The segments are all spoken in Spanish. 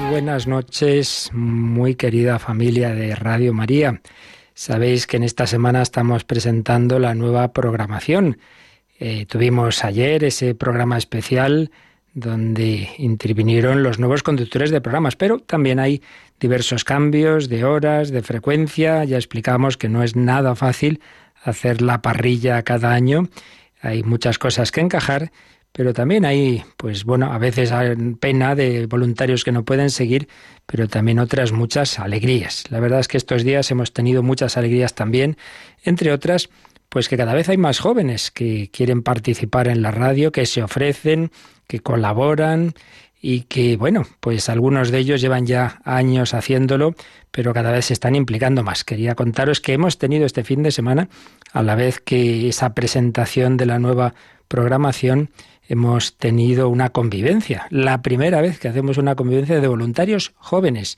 buenas noches, muy querida familia de Radio María. Sabéis que en esta semana estamos presentando la nueva programación. Tuvimos ayer ese programa especial donde intervinieron los nuevos conductores de programas, pero también hay diversos cambios de horas, de frecuencia. Ya explicamos que no es nada fácil hacer la parrilla cada año. Hay muchas cosas que encajar, pero también hay, pues bueno, a veces hay pena de voluntarios que no pueden seguir, pero también otras muchas alegrías. La verdad es que estos días hemos tenido muchas alegrías también, entre otras, pues que cada vez hay más jóvenes que quieren participar en la radio, que se ofrecen, que colaboran y que, bueno, pues algunos de ellos llevan ya años haciéndolo, pero cada vez se están implicando más. Quería contaros que hemos tenido este fin de semana, a la vez que esa presentación de la nueva programación, hemos tenido una convivencia. La primera vez que hacemos una convivencia de voluntarios jóvenes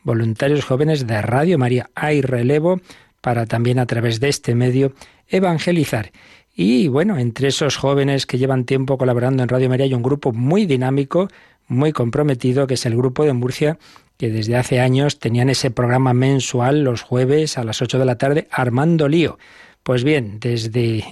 de Radio María. Hay relevo para también a través de este medio evangelizar. Y bueno, entre esos jóvenes que llevan tiempo colaborando en Radio María hay un grupo muy dinámico, muy comprometido, que es el grupo de Murcia, que desde hace años tenían ese programa mensual los jueves a las 8 de la tarde, Armando Lío. Pues bien, desde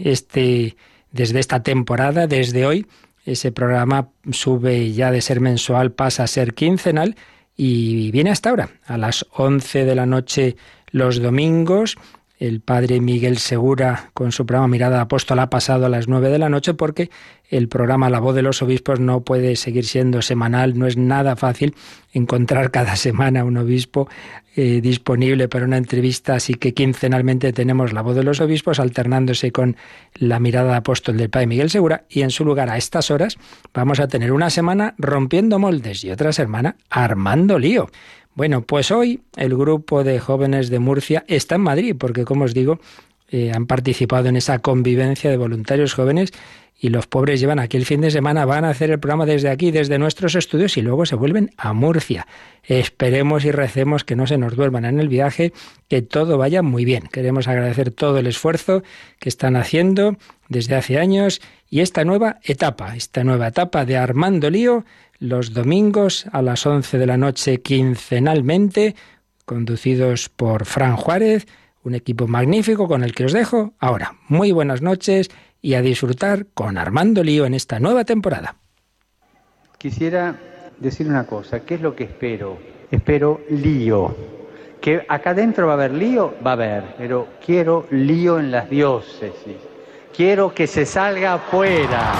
esta temporada, desde hoy, ese programa sube ya de ser mensual, pasa a ser quincenal y viene hasta ahora, a las 11 de la noche los domingos. El padre Miguel Segura, con su programa Mirada de Apóstol, ha pasado a las 9 de la noche porque el programa La Voz de los Obispos no puede seguir siendo semanal. No es nada fácil encontrar cada semana un obispo disponible para una entrevista, así que quincenalmente tenemos La Voz de los Obispos alternándose con la Mirada de Apóstol del padre Miguel Segura, y en su lugar a estas horas vamos a tener una semana Rompiendo Moldes y otra semana Armando Lío. Bueno, pues hoy el grupo de jóvenes de Murcia está en Madrid, porque como os digo, han participado en esa convivencia de voluntarios jóvenes y los pobres llevan aquí el fin de semana, van a hacer el programa desde aquí, desde nuestros estudios, y luego se vuelven a Murcia. Esperemos y recemos que no se nos duerman en el viaje, que todo vaya muy bien. Queremos agradecer todo el esfuerzo que están haciendo desde hace años y esta nueva etapa de Armando Lío, los domingos a las 11 de la noche quincenalmente, conducidos por Fran Juárez, un equipo magnífico con el que os dejo ahora. Muy buenas noches y a disfrutar con Armando Lío en esta nueva temporada. Quisiera decir una cosa, ¿qué es lo que espero? Espero lío. ¿Que acá adentro va a haber lío? Va a haber, pero quiero lío en las diócesis. Quiero que se salga afuera.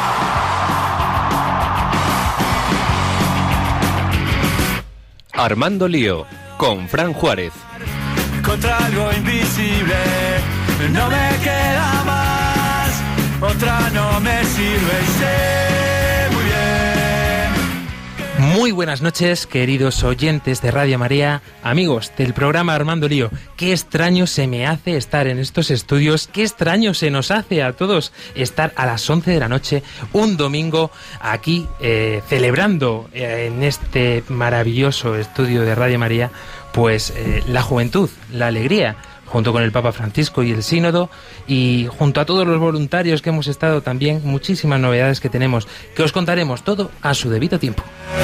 Armando Lío, con Fran Juárez. Contra algo invisible, no me queda más, otra no me sirve y sé muy bien. Muy buenas noches, queridos oyentes de Radio María, amigos del programa Armando Lío. Qué extraño se me hace estar en estos estudios, qué extraño se nos hace a todos estar a las 11 de la noche, un domingo, aquí celebrando en este maravilloso estudio de Radio María, pues la juventud, la alegría, junto con el Papa Francisco y el Sínodo, y junto a todos los voluntarios que hemos estado también, muchísimas novedades que tenemos, que os contaremos todo a su debido tiempo.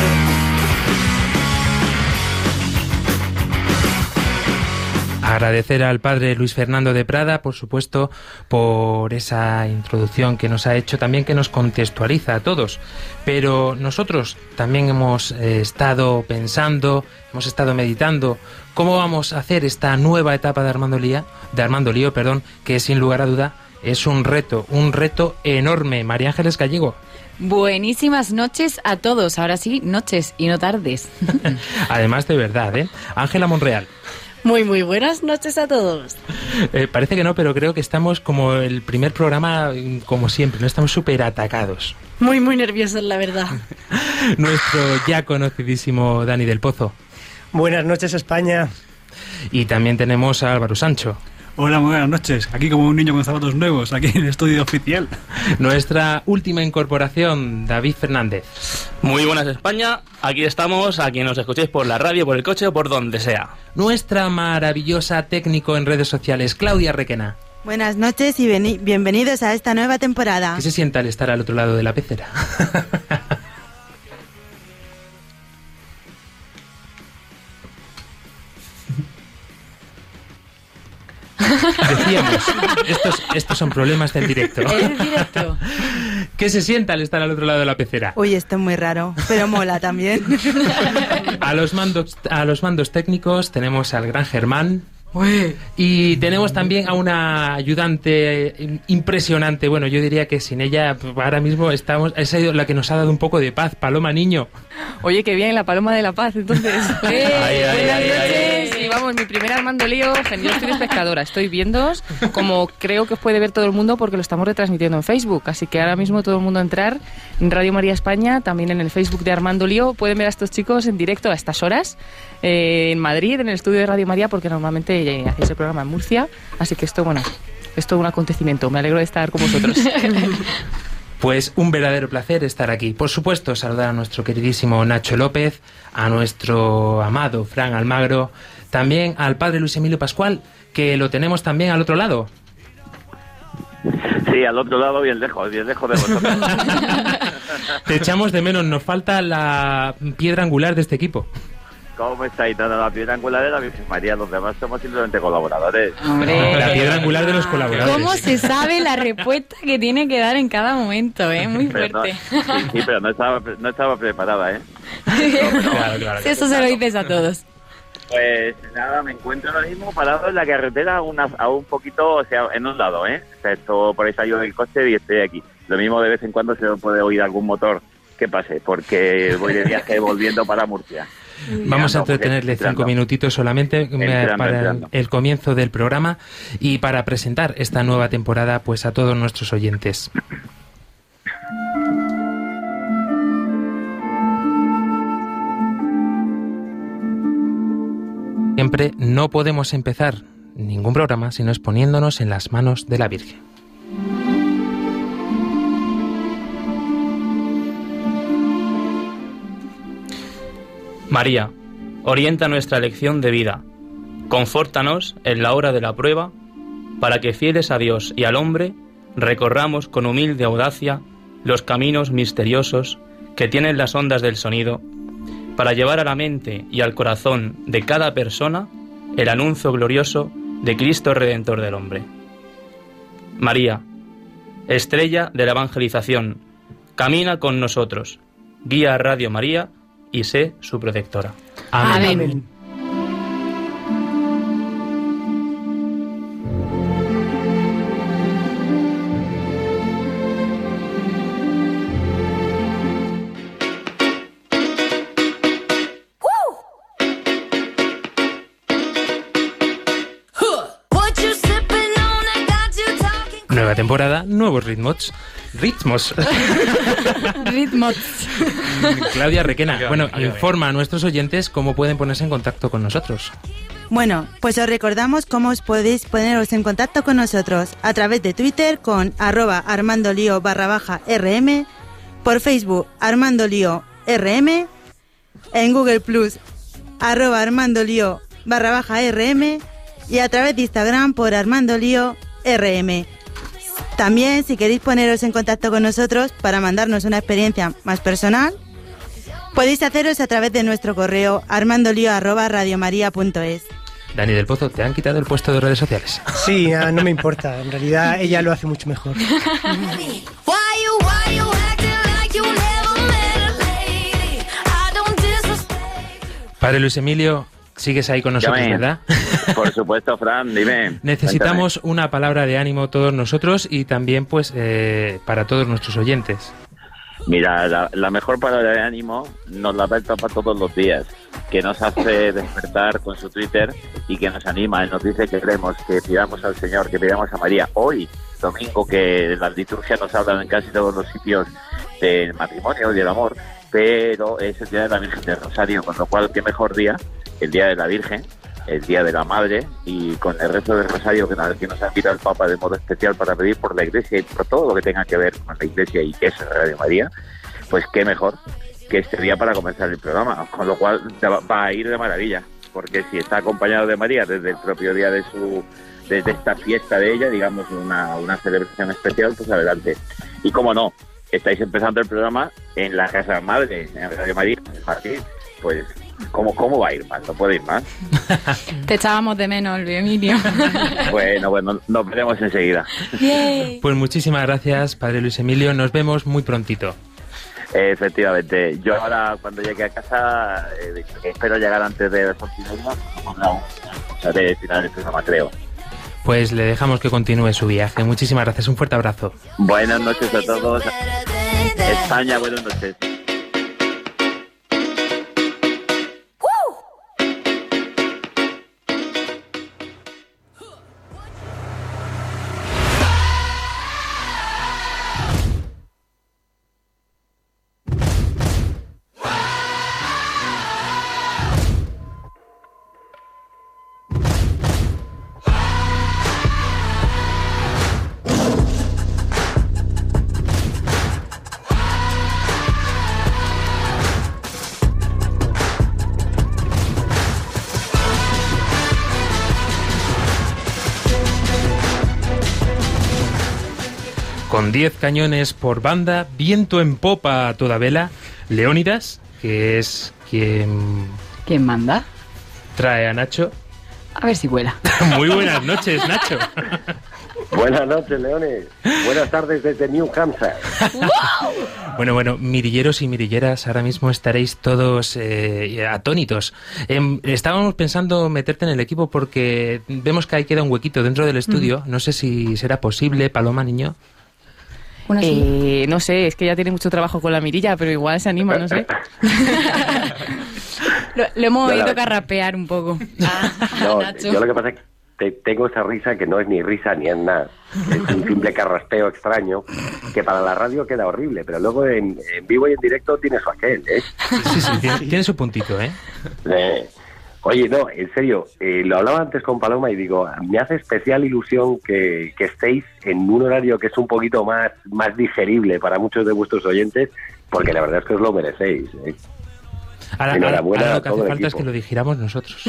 Agradecer al padre Luis Fernando de Prada, por supuesto, por esa introducción que nos ha hecho, también que nos contextualiza a todos. Pero nosotros también hemos estado pensando, hemos estado meditando cómo vamos a hacer esta nueva etapa de Armando Lío, que sin lugar a duda es un reto enorme. María Ángeles Gallego. Buenísimas noches a todos, ahora sí, noches y no tardes. Además de verdad, Ángela Monreal. Muy buenas noches a todos. Parece que no, pero creo que estamos como el primer programa, como siempre, no estamos súper atacados. Muy nerviosos, la verdad. Nuestro ya conocidísimo Dani del Pozo. Buenas noches, España. Y también tenemos a Álvaro Sancho. Hola, muy buenas noches. Aquí como un niño con zapatos nuevos, aquí en el estudio oficial. Nuestra última incorporación, David Fernández. Muy buenas, España. Aquí estamos, a quien nos escuchéis por la radio, por el coche o por donde sea. Nuestra maravillosa técnico en redes sociales, Claudia Requena. Buenas noches y bienvenidos a esta nueva temporada. ¿Qué se sienta al estar al otro lado de la pecera? Decíamos, estos son problemas del directo. Es directo. ¿Qué se sienta al estar al otro lado de la pecera? Uy, esto es muy raro, pero mola también. A los mandos técnicos tenemos al gran Germán. Uy. Y tenemos también a una ayudante impresionante. Bueno, yo diría que sin ella ahora mismo ha sido la que nos ha dado un poco de paz. Paloma Niño. Oye, qué bien, la Paloma de la Paz, entonces. Buenas noches. Y vamos, mi primer Armando Lío, yo estoy de espectadora, estoy viéndoos, como creo que os puede ver todo el mundo porque lo estamos retransmitiendo en Facebook, así que ahora mismo todo el mundo entrar en Radio María España, también en el Facebook de Armando Lío, pueden ver a estos chicos en directo a estas horas, en Madrid, en el estudio de Radio María, porque normalmente hacéis el programa en Murcia, así que esto, bueno, es todo un acontecimiento, me alegro de estar con vosotros. Pues un verdadero placer estar aquí. Por supuesto, saludar a nuestro queridísimo Nacho López, a nuestro amado Fran Almagro, también al padre Luis Emilio Pascual, que lo tenemos también al otro lado. Sí, al otro lado, bien lejos de vosotros. Te echamos de menos, nos falta la piedra angular de este equipo. ¿Cómo estáis? La piedra angular de la Virgen María, los demás somos simplemente colaboradores. Hombre. La piedra angular de los colaboradores. ¿Cómo se sabe la respuesta que tiene que dar en cada momento? Muy fuerte. Sí, pero no estaba preparada, ¿eh? Claro. Eso se lo dices a todos. Pues nada, me encuentro ahora mismo parado en la carretera a un poquito, o sea, en un lado, ¿eh? O sea, esto por ahí salió del coche y estoy aquí. Lo mismo de vez en cuando se puede oír algún motor que pase, porque voy de viaje volviendo para Murcia. Vamos a entretenerle 5 minutitos solamente para el comienzo del programa y para presentar esta nueva temporada pues a todos nuestros oyentes. Siempre no podemos empezar ningún programa si no es poniéndonos en las manos de la Virgen. María, orienta nuestra elección de vida, confórtanos en la hora de la prueba, para que fieles a Dios y al hombre, recorramos con humilde audacia los caminos misteriosos que tienen las ondas del sonido, para llevar a la mente y al corazón de cada persona el anuncio glorioso de Cristo Redentor del hombre. María, estrella de la evangelización, camina con nosotros, guía a Radio María y sé su protectora. Amén. Amén. Nueva temporada, nuevos ritmos. Ritmos. Claudia Requena, bueno, informa a nuestros oyentes cómo pueden ponerse en contacto con nosotros. Bueno, pues os recordamos cómo os podéis poneros en contacto con nosotros a través de Twitter con @armandolio_rm, por Facebook armandolio_rm, en Google Plus @armandolio_rm y a través de Instagram por armandolio_rm. También, si queréis poneros en contacto con nosotros para mandarnos una experiencia más personal, podéis haceros a través de nuestro correo armandolio@radiomaria.es. Dani del Pozo, ¿te han quitado el puesto de redes sociales? Sí, no me importa. En realidad ella lo hace mucho mejor. Padre Luis Emilio, sigues ahí con nosotros, ¿verdad? Por supuesto, Fran, dime. Necesitamos una palabra de ánimo todos nosotros y también pues para todos nuestros oyentes. Mira, la mejor palabra de ánimo nos la da el Papa todos los días, que nos hace despertar con su Twitter y que nos anima, nos dice que queremos, que pidamos al Señor, que pidamos a María. Hoy, domingo, que las liturgias nos hablan en casi todos los sitios del matrimonio y del amor, pero es el Día de la Virgen del Rosario, con lo cual, qué mejor día, el Día de la Virgen, el Día de la Madre, y con el resto del Rosario que nos ha invitado el Papa de modo especial para pedir por la Iglesia y por todo lo que tenga que ver con la Iglesia y que es Radio María, pues qué mejor que este día para comenzar el programa, con lo cual va a ir de maravilla, porque si está acompañado de María desde el propio día desde esta fiesta de ella, digamos una celebración especial, pues adelante. Y como no, estáis empezando el programa en la Casa Madre, en Radio María, en Madrid, pues ¿cómo va a ir más? No puede ir más. Te echábamos de menos, Luis Emilio. Bueno, nos veremos enseguida. Yay. Pues muchísimas gracias, padre Luis Emilio. Nos vemos muy prontito. Efectivamente. Yo ahora, cuando llegue a casa, espero llegar antes de las 11:30, de final del programa, creo. Pues le dejamos que continúe su viaje. Muchísimas gracias. Un fuerte abrazo. Buenas noches a todos. España, buenas noches. Con 10 cañones por banda, viento en popa a toda vela, Leónidas, que es quien... ¿Quién manda? Trae a Nacho. A ver si vuela. Muy buenas noches, Nacho. Buenas noches, Leones. Buenas tardes desde New Hampshire. Bueno, mirilleros y mirilleras, ahora mismo estaréis todos atónitos. Estábamos pensando meterte en el equipo porque vemos que ahí queda un huequito dentro del estudio. No sé si será posible, Paloma, niño. No sé, es que ya tiene mucho trabajo con la mirilla, pero igual se anima, no sé. Lo hemos oído carrapear un poco. Yo lo que pasa es que tengo esa risa que no es ni risa ni es nada. Es un simple carraspeo extraño que para la radio queda horrible, pero luego en vivo y en directo tiene su aquel, ¿eh? Sí, tiene su puntito, ¿eh? Oye, no, en serio, lo hablaba antes con Paloma y digo, me hace especial ilusión que estéis en un horario que es un poquito más digerible para muchos de vuestros oyentes, porque la verdad es que os lo merecéis, ¿eh? Enhorabuena. Ahora lo que hace falta equipo. es que lo digiramos nosotros.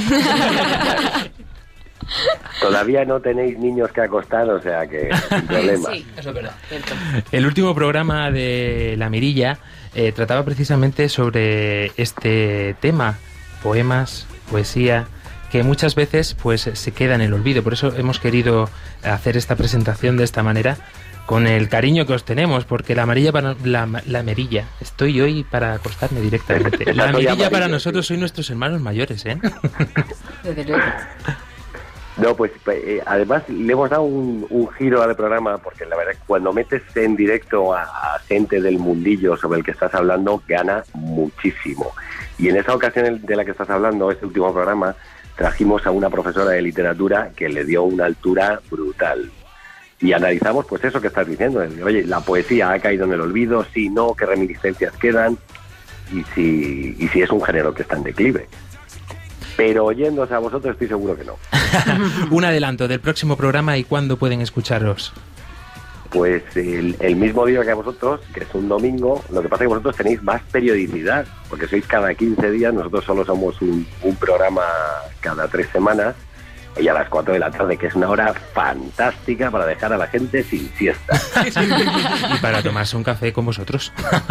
Todavía no tenéis niños que acostar, o sea que sin problema. Sí, eso es verdad. Cierto. El último programa de La Mirilla trataba precisamente sobre este tema, poemas, poesía, que muchas veces pues se queda en el olvido. Por eso hemos querido hacer esta presentación de esta manera, con el cariño que os tenemos, porque la mirilla, estoy hoy para acostarme directamente. La mirilla para nosotros soy nuestros hermanos mayores, ¿eh? Desde luego. No, pues además le hemos dado un giro al programa, porque la verdad es que cuando metes en directo a gente del mundillo sobre el que estás hablando, gana muchísimo. Y en esa ocasión de la que estás hablando, este último programa, trajimos a una profesora de literatura que le dio una altura brutal. Y analizamos pues eso que estás diciendo. Oye, la poesía ha caído en el olvido, si no, qué reminiscencias quedan, y si es un género que está en declive. Pero oyéndose a vosotros estoy seguro que no. Un adelanto del próximo programa y cuándo pueden escucharos. Pues el mismo día que a vosotros, que es un domingo. Lo que pasa es que vosotros tenéis más periodicidad, porque sois cada 15 días, nosotros solo somos un programa cada 3 semanas, y a las 4 de la tarde, que es una hora fantástica para dejar a la gente sin siesta. Y para tomarse un café con vosotros.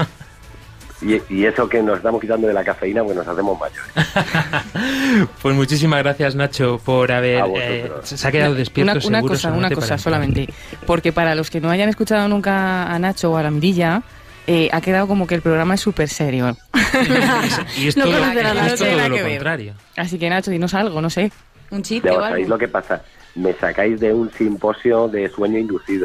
Y eso que nos estamos quitando de la cafeína, pues nos hacemos mayores. Pues muchísimas gracias, Nacho, por haber... se ha quedado despierto una cosa solamente. Porque para los que no hayan escuchado nunca a Nacho o a la Mirilla, ha quedado como que el programa es súper serio. Y es todo, lo contrario. Así que, Nacho, dinos algo, no sé. Un chiste o algo. ¿Sabéis lo que pasa? Me sacáis de un simposio de sueño inducido.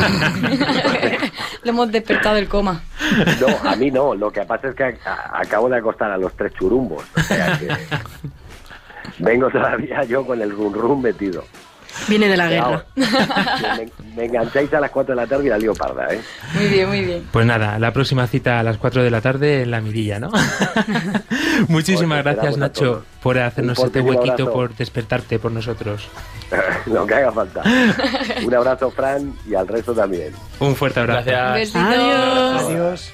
Lo hemos despertado del coma. No, a mí no. Lo que pasa es que acabo de acostar a los 3 churumbos. O sea que vengo todavía yo con el rum metido. Viene de la guerra. Me engancháis a las 4 de la tarde y la lío parda, ¿eh? Muy bien, muy bien. Pues nada, la próxima cita a las 4 de la tarde en La Mirilla, ¿no? Muchísimas gracias, Nacho, por hacernos este huequito, abrazo. Por despertarte por nosotros. Lo que haga falta. Un abrazo, Fran, y al resto también. Un fuerte abrazo. Gracias. Adiós. Adiós.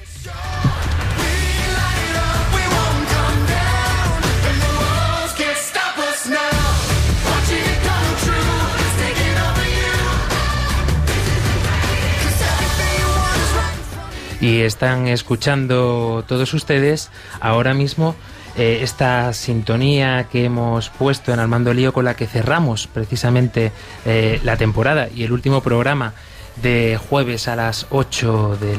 Y están escuchando todos ustedes ahora mismo esta sintonía que hemos puesto en Armando Lío, con la que cerramos precisamente la temporada y el último programa de jueves a las 8 de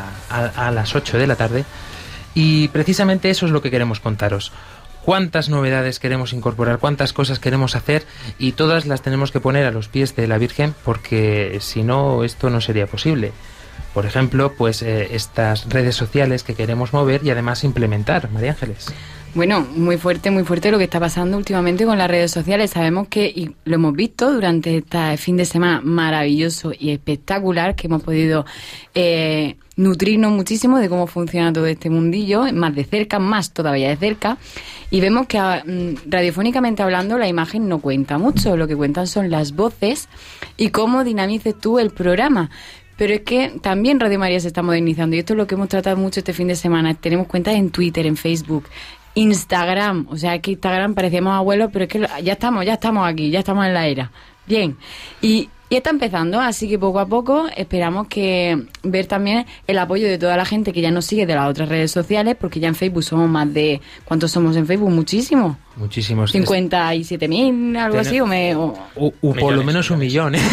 la tarde. Y precisamente eso es lo que queremos contaros. Cuántas novedades queremos incorporar, cuántas cosas queremos hacer, y todas las tenemos que poner a los pies de la Virgen, porque si no, esto no sería posible. Por ejemplo, pues estas redes sociales que queremos mover y además implementar. María Ángeles. Bueno, muy fuerte lo que está pasando últimamente con las redes sociales. Sabemos que, y lo hemos visto durante este fin de semana maravilloso y espectacular, que hemos podido nutrirnos muchísimo de cómo funciona todo este mundillo, más de cerca, más todavía de cerca, y vemos que radiofónicamente hablando la imagen no cuenta mucho, lo que cuentan son las voces y cómo dinamices tú el programa. Pero es que también Radio María se está modernizando, y esto es lo que hemos tratado mucho este fin de semana. Tenemos cuentas en Twitter, en Facebook, Instagram. O sea, que Instagram parecíamos abuelos, pero es que ya estamos aquí, ya estamos en la era. Bien. Y está empezando, así que poco a poco esperamos que ver también el apoyo de toda la gente que ya nos sigue de las otras redes sociales, porque ya en Facebook somos más de... ¿Cuántos somos en Facebook? Muchísimos. Muchísimos. 57.000, algo así, o por lo menos 1 millón, ¿eh?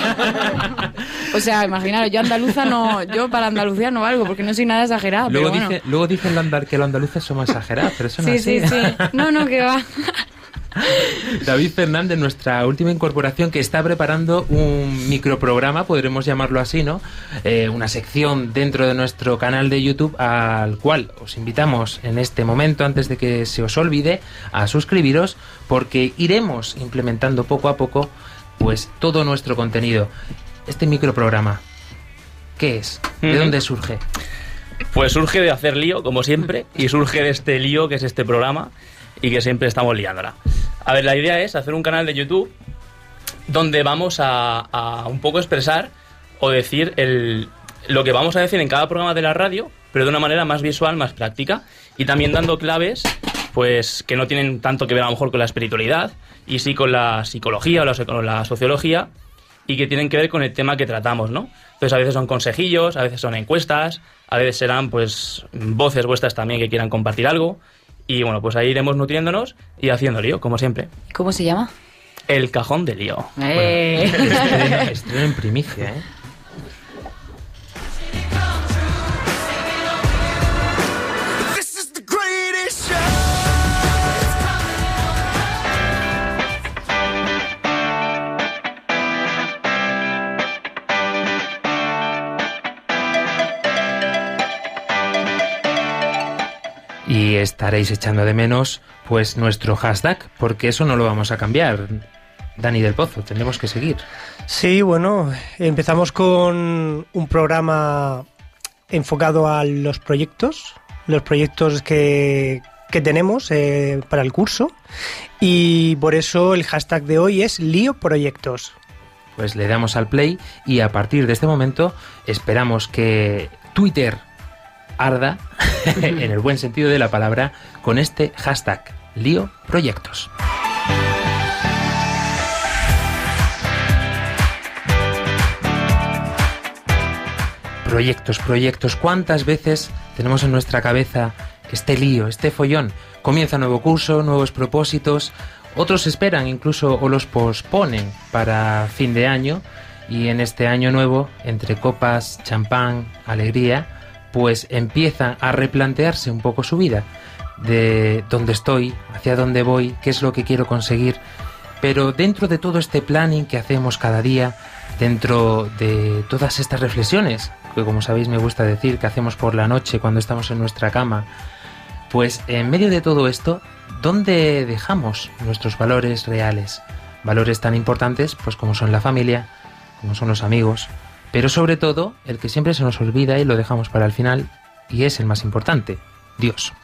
O sea, imaginaros, yo para Andalucía no valgo, porque no soy nada exagerada. Luego dicen que los andaluces somos exagerados, pero eso no es así. Sí. No, que va. David Fernández, nuestra última incorporación, que está preparando un microprograma, podremos llamarlo así, ¿no? Una sección dentro de nuestro canal de YouTube, al cual os invitamos en este momento, antes de que se os olvide, a suscribiros, porque iremos implementando poco a poco pues todo nuestro contenido. Este microprograma, ¿qué es? ¿De dónde surge? Pues surge de hacer lío, como siempre, y surge de este lío que es este programa, y que siempre estamos liándola. A ver, la idea es hacer un canal de YouTube donde vamos a un poco expresar o decir lo que vamos a decir en cada programa de la radio, pero de una manera más visual, más práctica, y también dando claves pues que no tienen tanto que ver a lo mejor con la espiritualidad, y sí con la psicología o con la sociología, y que tienen que ver con el tema que tratamos, ¿no? Entonces a veces son consejillos, a veces son encuestas, a veces serán pues voces vuestras también que quieran compartir algo. Y bueno, pues ahí iremos nutriéndonos y haciendo lío, como siempre. ¿Cómo se llama? El Cajón de Lío. Bueno, estreno en primicia, ¿eh? Y estaréis echando de menos pues nuestro hashtag, porque eso no lo vamos a cambiar. Dani del Pozo, tendremos que seguir. Sí, bueno, empezamos con un programa enfocado a los proyectos que tenemos para el curso, y por eso el hashtag de hoy es Lío Proyectos. Pues le damos al play, y a partir de este momento esperamos que Twitter arda, en el buen sentido de la palabra, con este hashtag Lío Proyectos. Proyectos. ¿Cuántas veces tenemos en nuestra cabeza este lío, este follón? Comienza nuevo curso, nuevos propósitos, otros esperan incluso o los posponen para fin de año, y en este año nuevo, entre copas, champán, alegría, pues empiezan a replantearse un poco su vida, de dónde estoy, hacia dónde voy, qué es lo que quiero conseguir. Pero dentro de todo este planning que hacemos cada día, dentro de todas estas reflexiones, que como sabéis me gusta decir que hacemos por la noche cuando estamos en nuestra cama, pues en medio de todo esto, ¿dónde dejamos nuestros valores reales? Valores tan importantes pues como son la familia, como son los amigos, pero sobre todo, el que siempre se nos olvida y lo dejamos para el final, y es el más importante, Dios.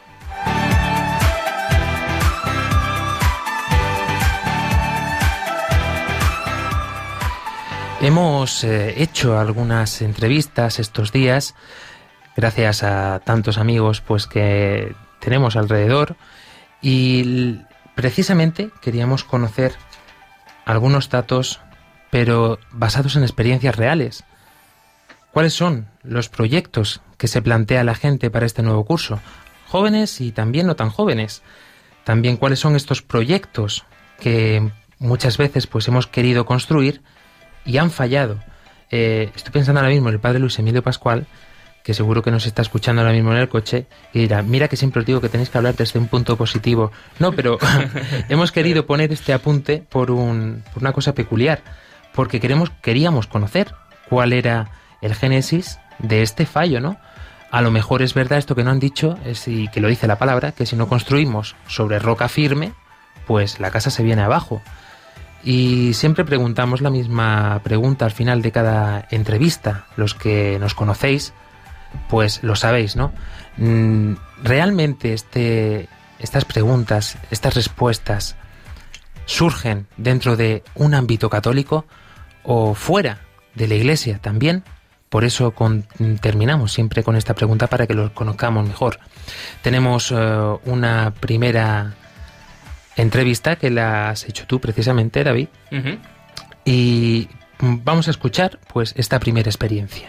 Hemos hecho algunas entrevistas estos días, gracias a tantos amigos pues que tenemos alrededor, y precisamente queríamos conocer algunos datos, pero basados en experiencias reales. ¿Cuáles son los proyectos que se plantea la gente para este nuevo curso? jóvenes y también no tan jóvenes. También cuáles son estos proyectos que muchas veces pues hemos querido construir y han fallado. Estoy pensando ahora mismo en el padre Luis Emilio Pascual, que seguro que nos está escuchando ahora mismo en el coche, y dirá, mira que siempre os digo que tenéis que hablar desde un punto positivo. No, pero hemos querido poner este apunte por una cosa peculiar, porque queríamos conocer cuál era el génesis de este fallo, ¿no? A lo mejor es verdad esto que no han dicho, y que lo dice la palabra, que si no construimos sobre roca firme, pues la casa se viene abajo. Y siempre preguntamos la misma pregunta al final de cada entrevista. Los que nos conocéis, pues lo sabéis, ¿no? ¿Realmente estas preguntas, estas respuestas, surgen dentro de un ámbito católico o fuera de la Iglesia también? Por eso terminamos siempre con esta pregunta para que los conozcamos mejor. Tenemos una primera entrevista que la has hecho tú precisamente, David, y vamos a escuchar pues esta primera experiencia.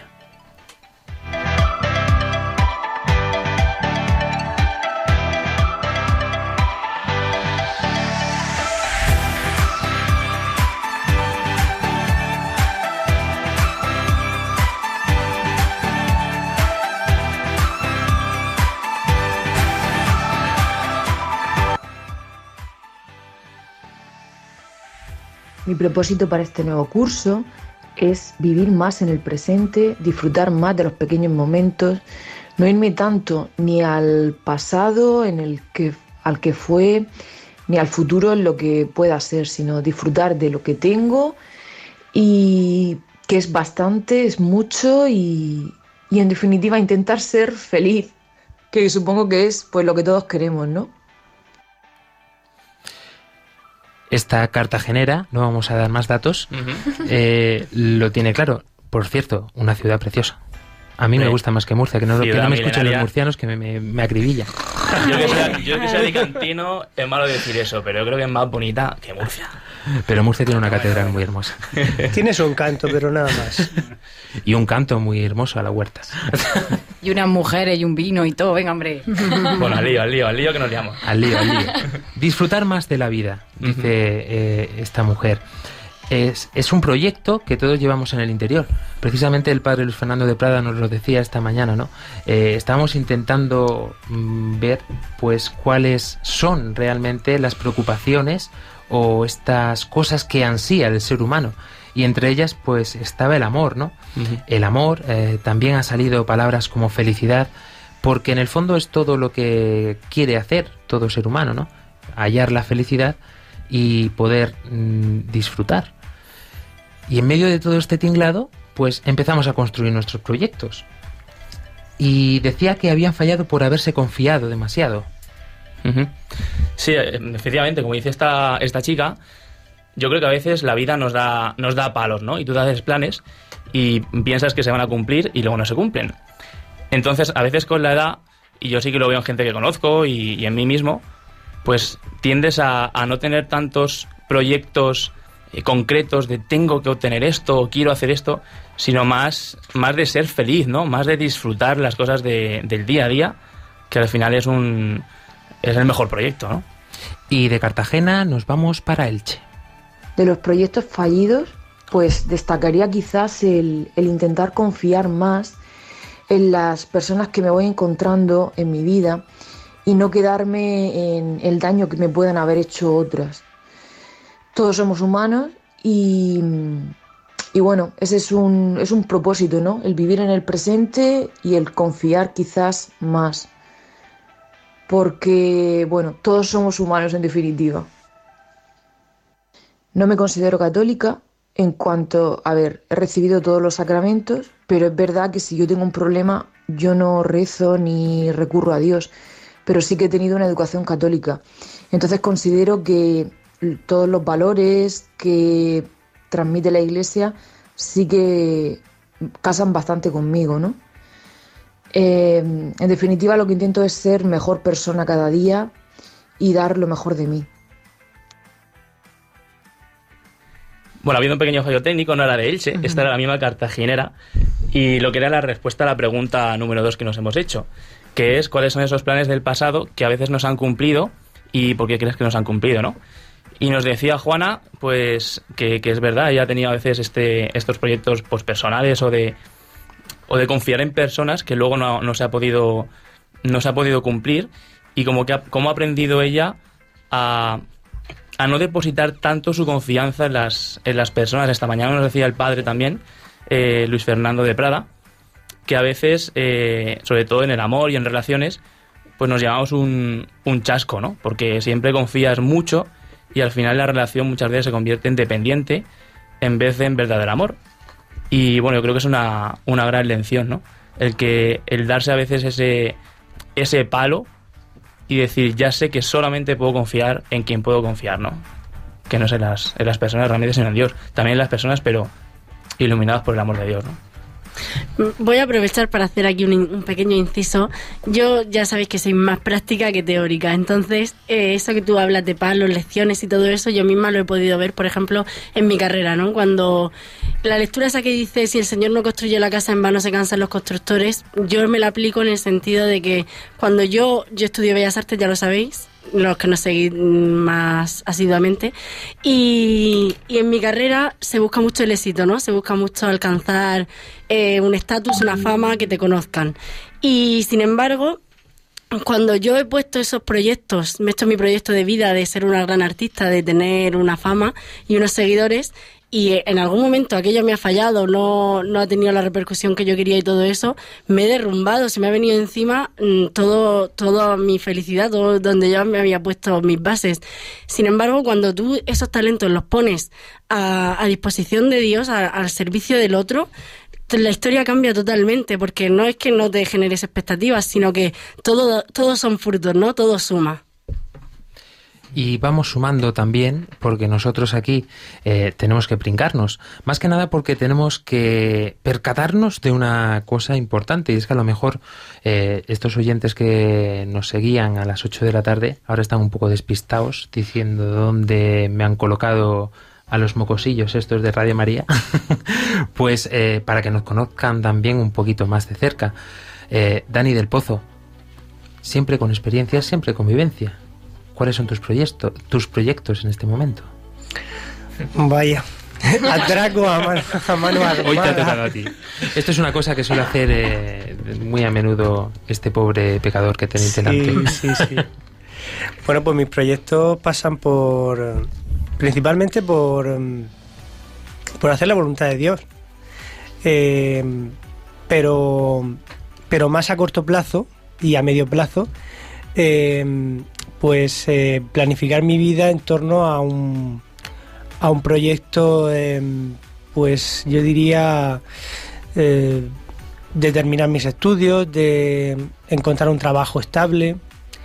Mi propósito para este nuevo curso es vivir más en el presente, disfrutar más de los pequeños momentos, no irme tanto ni al pasado al que fue, ni al futuro en lo que pueda ser, sino disfrutar de lo que tengo y que es bastante, es mucho y en definitiva intentar ser feliz, que supongo que es pues lo que todos queremos, ¿no? Esta cartagenera, no vamos a dar más datos, lo tiene claro. Por cierto, una ciudad preciosa. A mí me gusta más que Murcia, que no me escuchen los murcianos, que me acribilla. Yo que soy alicantino, es malo decir eso, pero yo creo que es más bonita que Murcia. Pero Murcia tiene una catedral muy hermosa. Tiene su encanto, pero nada más. Y un canto muy hermoso a la huerta. Y unas mujeres y un vino y todo, venga, hombre. Bueno, al lío que nos liamos. Al lío. Disfrutar más de la vida, dice esta mujer. Es un proyecto que todos llevamos en el interior. Precisamente el padre Luis Fernando de Prada nos lo decía esta mañana, ¿no? Estábamos intentando ver pues cuáles son realmente las preocupaciones o estas cosas que ansía el ser humano. Y entre ellas pues estaba el amor, ¿no? El amor, también ha salido palabras como felicidad, porque en el fondo es todo lo que quiere hacer todo ser humano, ¿no? Hallar la felicidad y poder disfrutar. Y en medio de todo este tinglado, pues empezamos a construir nuestros proyectos. Y decía que habían fallado por haberse confiado demasiado. Sí, efectivamente, como dice esta chica, yo creo que a veces la vida nos da palos, ¿no? Y tú te haces planes y piensas que se van a cumplir y luego no se cumplen. Entonces, a veces con la edad, y yo sí que lo veo en gente que conozco y en mí mismo, pues tiendes a no tener tantos proyectos concretos de tengo que obtener esto o quiero hacer esto, sino más de ser feliz, ¿no? Más de disfrutar las cosas del día a día, que al final es el mejor proyecto, ¿no? Y de Cartagena nos vamos para Elche. De los proyectos fallidos, pues destacaría quizás el intentar confiar más en las personas que me voy encontrando en mi vida y no quedarme en el daño que me puedan haber hecho otras. Todos somos humanos y bueno, ese es un propósito, ¿no? El vivir en el presente y el confiar quizás más. Porque, bueno, todos somos humanos en definitiva. No me considero católica en cuanto, he recibido todos los sacramentos, pero es verdad que si yo tengo un problema, yo no rezo ni recurro a Dios, pero sí que he tenido una educación católica. Entonces considero que todos los valores que transmite la Iglesia sí que casan bastante conmigo, ¿no? En definitiva, lo que intento es ser mejor persona cada día y dar lo mejor de mí. Bueno, ha habido un pequeño fallo técnico, no era de Elche, esta era la misma cartaginera, y lo que era la respuesta a la pregunta número 2 que nos hemos hecho, que es cuáles son esos planes del pasado que a veces nos han cumplido y por qué crees que nos han cumplido, ¿no? Y nos decía Juana, pues, que es verdad, ella ha tenido a veces estos proyectos pues, personales o de confiar en personas que luego no se ha podido cumplir, y cómo ha aprendido ella a no depositar tanto su confianza en las personas. Esta mañana nos decía el padre también, Luis Fernando de Prada, que a veces, sobre todo en el amor y en relaciones, pues nos llevamos un chasco, ¿no? Porque siempre confías mucho y al final la relación muchas veces se convierte en dependiente en vez de en verdadero amor. Y bueno, yo creo que es una gran lección, ¿no? El darse a veces ese palo y decir, ya sé que solamente puedo confiar en quien puedo confiar, ¿no? Que no es en las personas realmente, sino en Dios. También en las personas, pero iluminadas por el amor de Dios, ¿no? Voy a aprovechar para hacer aquí un pequeño inciso. Yo ya sabéis que soy más práctica que teórica, entonces eso que tú hablas de palos, lecciones y todo eso, yo misma lo he podido ver, por ejemplo, en mi carrera, ¿no? Cuando la lectura esa que dice, si el Señor no construye la casa, en vano se cansan los constructores, yo me la aplico en el sentido de que cuando yo estudio Bellas Artes, ya lo sabéis, los que nos seguís más asiduamente, y en mi carrera se busca mucho el éxito, ¿no? Se busca mucho alcanzar un estatus, una fama, que te conozcan. Y sin embargo, cuando yo he puesto esos proyectos, me he hecho mi proyecto de vida de ser una gran artista, de tener una fama y unos seguidores, y en algún momento aquello me ha fallado, no ha tenido la repercusión que yo quería y todo eso, me he derrumbado, se me ha venido encima toda mi felicidad, todo donde yo me había puesto mis bases. Sin embargo, cuando tú esos talentos los pones a disposición de Dios, al servicio del otro, la historia cambia totalmente, porque no es que no te generes expectativas, sino que todos son frutos, ¿no? Todo suma. Y vamos sumando también, porque nosotros aquí tenemos que pringarnos. Más que nada porque tenemos que percatarnos de una cosa importante, y es que a lo mejor estos oyentes que nos seguían a las 8 de la tarde ahora están un poco despistados, diciendo dónde me han colocado a los mocosillos estos de Radio María, pues para que nos conozcan también un poquito más de cerca. Dani del Pozo, siempre con experiencia, siempre con vivencia. ¿Cuáles son tus proyectos en este momento? Vaya, atraco a mano armada. Hoy te ha tocado a ti. Esto es una cosa que suele hacer muy a menudo este pobre pecador que tenéis delante. Sí. Bueno, pues mis proyectos pasan principalmente por hacer la voluntad de Dios. Pero más a corto plazo y a medio plazo, planificar mi vida en torno a un proyecto, pues yo diría, de terminar mis estudios, de encontrar un trabajo estable,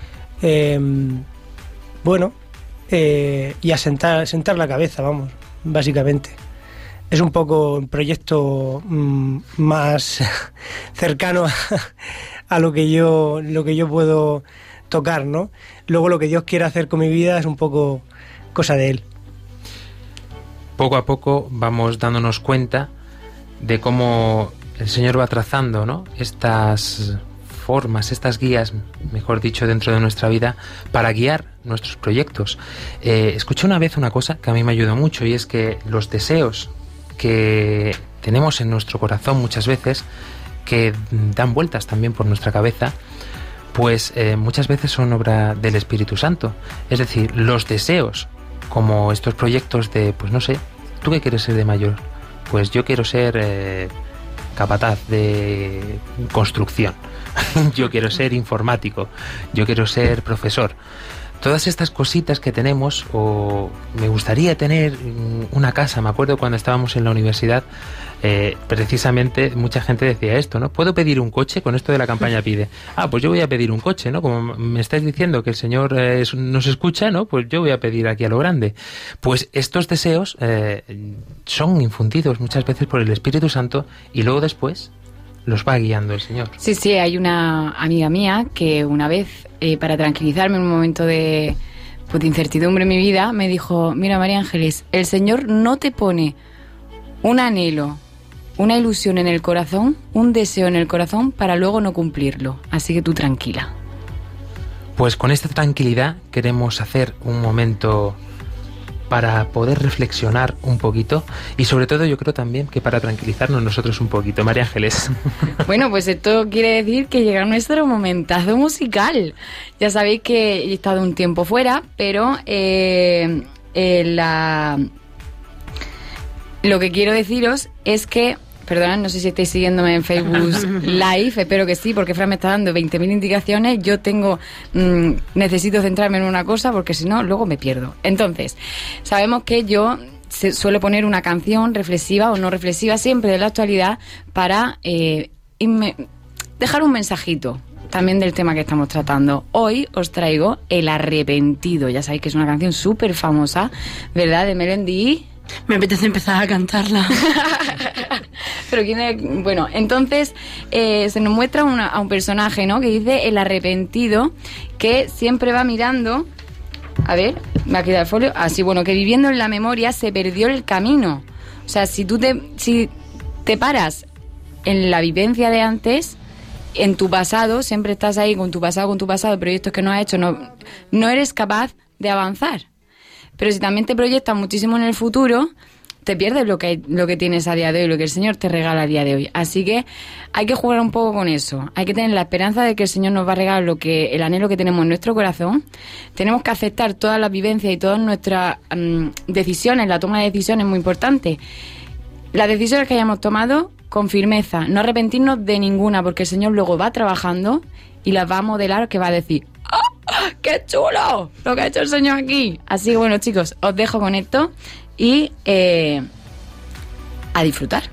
y asentar la cabeza, vamos, básicamente. Es un poco un proyecto más cercano a lo que yo puedo tocar, ¿no? Luego lo que Dios quiere hacer con mi vida es un poco cosa de Él. Poco a poco vamos dándonos cuenta de cómo el Señor va trazando, ¿no?, estas formas, estas guías, mejor dicho, dentro de nuestra vida para guiar nuestros proyectos. Escuché una vez una cosa que a mí me ayudó mucho, y es que los deseos que tenemos en nuestro corazón muchas veces, que dan vueltas también por nuestra cabeza, pues muchas veces son obra del Espíritu Santo. Es decir, los deseos, como estos proyectos de, pues no sé, ¿tú qué quieres ser de mayor? Pues yo quiero ser capataz de construcción, yo quiero ser informático, yo quiero ser profesor. Todas estas cositas que tenemos, o me gustaría tener una casa. Me acuerdo cuando estábamos en la universidad, precisamente mucha gente decía esto, ¿no? ¿Puedo pedir un coche? Con esto de la campaña pide. Pues yo voy a pedir un coche, ¿no? Como me estáis diciendo que el Señor nos escucha, ¿no? Pues yo voy a pedir aquí a lo grande. Pues estos deseos son infundidos muchas veces por el Espíritu Santo, y luego después los va guiando el Señor. Sí, hay una amiga mía que una vez, para tranquilizarme en un momento de pues, de incertidumbre en mi vida, me dijo, mira María Ángeles, el Señor no te pone un anhelo, una ilusión en el corazón, un deseo en el corazón para luego no cumplirlo. Así que tú tranquila. Pues con esta tranquilidad queremos hacer un momento para poder reflexionar un poquito y sobre todo yo creo también que para tranquilizarnos nosotros un poquito. María Ángeles. Bueno, pues esto quiere decir que llega nuestro momentazo musical. Ya sabéis que he estado un tiempo fuera, pero lo que quiero deciros es que, perdonad, no sé si estáis siguiéndome en Facebook Live, espero que sí, porque Fran me está dando 20.000 indicaciones. Yo necesito centrarme en una cosa, porque si no, luego me pierdo. Entonces, sabemos que yo suelo poner una canción reflexiva o no reflexiva, siempre de la actualidad, para dejar un mensajito también del tema que estamos tratando. Hoy os traigo El Arrepentido. Ya sabéis que es una canción súper famosa, ¿verdad? De Melendi. Me apetece empezar a cantarla. Pero quién es... Bueno, entonces se nos muestra a un personaje, ¿no? Que dice el arrepentido, que siempre va mirando. A ver, me ha quedado el folio. Así, bueno, que viviendo en la memoria se perdió el camino. O sea, si te paras en la vivencia de antes, en tu pasado, siempre estás ahí con tu pasado, proyectos que no has hecho, no eres capaz de avanzar. Pero si también te proyectas muchísimo en el futuro, te pierdes lo que tienes a día de hoy, lo que el Señor te regala a día de hoy. Así que hay que jugar un poco con eso. Hay que tener la esperanza de que el Señor nos va a regalar el anhelo que tenemos en nuestro corazón. Tenemos que aceptar todas las vivencias y todas nuestras decisiones. La toma de decisiones es muy importante. Las decisiones que hayamos tomado con firmeza. No arrepentirnos de ninguna, porque el Señor luego va trabajando y las va a modelar, que va a decir... ¡Qué chulo lo que ha hecho el Señor aquí! Así que bueno, chicos, os dejo con esto y a disfrutar.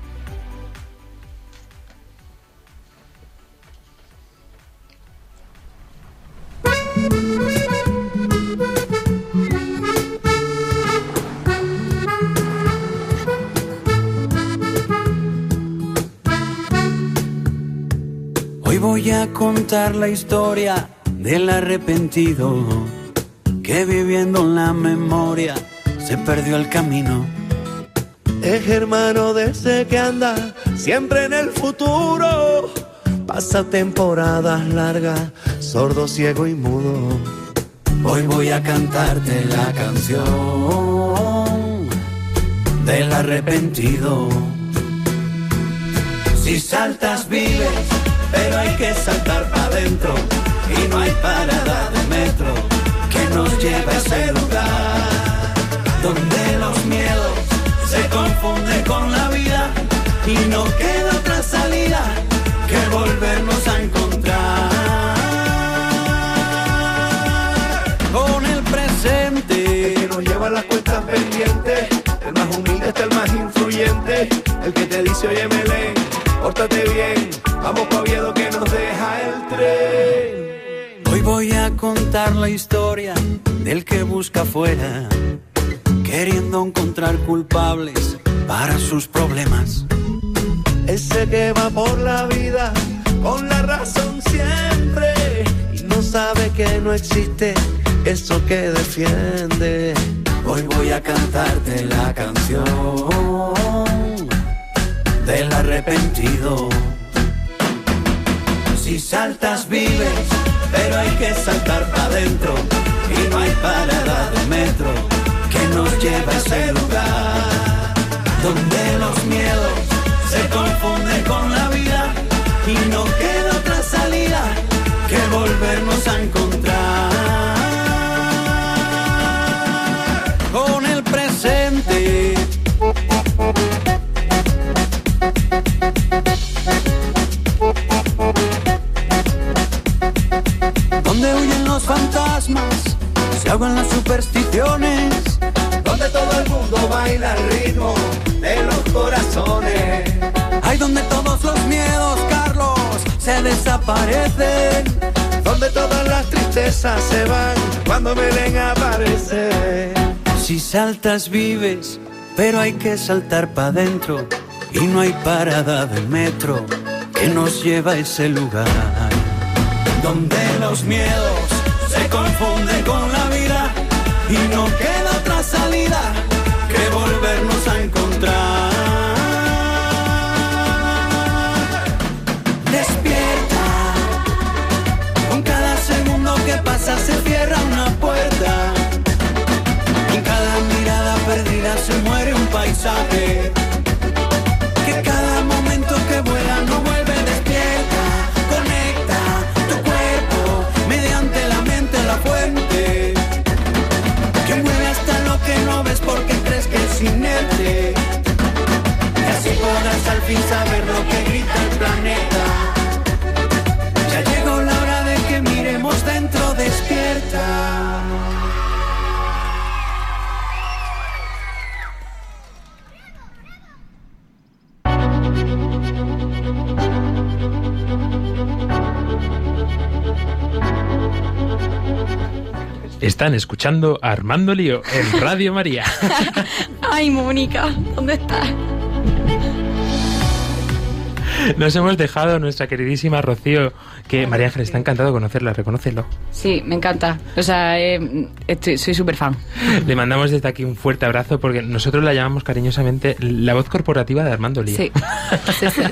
Hoy voy a contar la historia del arrepentido que viviendo en la memoria se perdió el camino. Es hermano de ese que anda siempre en el futuro, pasa temporadas largas, sordo, ciego y mudo. Hoy voy a cantarte la canción del arrepentido. Si saltas vives, pero hay que saltar para adentro. Y no hay parada de metro que nos lleve a ese lugar donde los miedos se confunden con la vida y no queda otra salida que volvernos a encontrar con el presente. El que nos lleva las cuentas pendientes, el más humilde hasta el más influyente, el que te dice oye Melén, pórtate bien, vamos pa' Oviedo que nos deja el tren. Hoy voy a contar la historia del que busca afuera, queriendo encontrar culpables para sus problemas. Ese que va por la vida con la razón siempre y no sabe que no existe eso que defiende. Hoy voy a cantarte la canción del arrepentido. Si saltas vives, pero hay que saltar para adentro y no hay parada de metro que nos lleve a ese lugar donde los miedos se confunden con la vida y no queda otra salida que volvernos a encontrar con el presente. Donde huyen los fantasmas, se ahogan las supersticiones, donde todo el mundo baila al ritmo de los corazones. Hay donde todos los miedos, Carlos, se desaparecen, donde todas las tristezas se van cuando Belén aparece. Si saltas vives, pero hay que saltar para adentro y no hay parada del metro que nos lleva a ese lugar donde los miedos se confunden con la vida y no queda otra salida que volvernos a encontrar. Despierta, con cada segundo que pasa se cierra una puerta, en cada mirada perdida se muere un paisaje, que cada momento que vuela no vuelve. Despierta, conecta tu cuerpo mediante la mente, la fuente, que mueve hasta lo que no ves porque crees que es inerte, y así podrás al fin saber lo que grita el planeta. Ya llegó la hora de que miremos dentro. Despierta. Están escuchando a Armando Lío en Radio María. Ay, Mónica, ¿dónde estás? Nos hemos dejado a nuestra queridísima Rocío, que María Ángel está encantado de conocerla, reconócelo. Sí, me encanta. O sea, soy súper fan. Le mandamos desde aquí un fuerte abrazo porque nosotros la llamamos cariñosamente la voz corporativa de Armando Lío. Sí, sí, sí.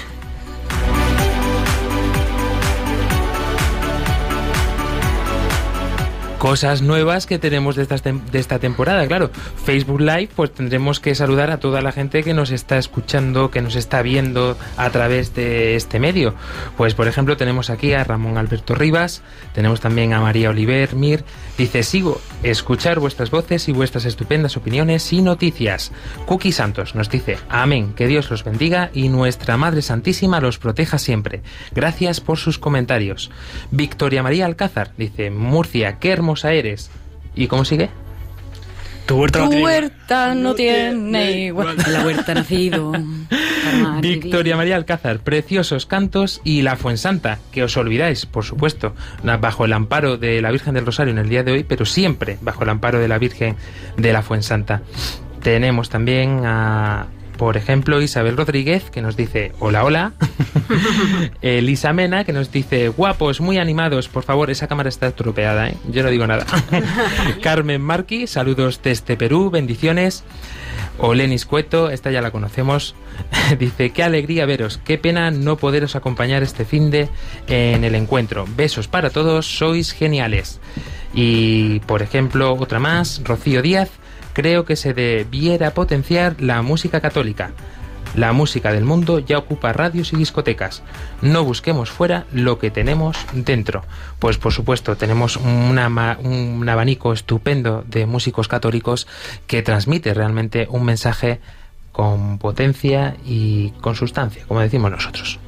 Cosas nuevas que tenemos de esta temporada, claro. Facebook Live, pues tendremos que saludar a toda la gente que nos está escuchando, que nos está viendo a través de este medio. Pues, por ejemplo, tenemos aquí a Ramón Alberto Rivas, tenemos también a María Oliver Mir. Dice, sigo escuchar vuestras voces y vuestras estupendas opiniones y noticias. Cookie Santos nos dice, amén, que Dios los bendiga y nuestra Madre Santísima los proteja siempre. Gracias por sus comentarios. Victoria María Alcázar dice, Murcia, qué hermosa eres. ¿Y cómo sigue? Tu huerta no tiene igual. En la huerta nacido. Victoria María Alcázar, preciosos cantos y la Fuensanta, que os olvidáis, por supuesto, bajo el amparo de la Virgen del Rosario en el día de hoy, pero siempre bajo el amparo de la Virgen de la Fuensanta. Tenemos también a, por ejemplo, Isabel Rodríguez, que nos dice hola, hola. Elisa Mena, que nos dice guapos, muy animados, por favor, esa cámara está estropeada, ¿eh? Yo no digo nada. Carmen Marqui, saludos desde Perú, bendiciones. Olenis Cueto, esta ya la conocemos, dice, qué alegría veros, qué pena no poderos acompañar este finde en el encuentro. Besos para todos, sois geniales. Y, por ejemplo, otra más, Rocío Díaz, creo que se debiera potenciar la música católica. La música del mundo ya ocupa radios y discotecas. No busquemos fuera lo que tenemos dentro. Pues por supuesto, tenemos un abanico estupendo de músicos católicos que transmite realmente un mensaje con potencia y con sustancia, como decimos nosotros.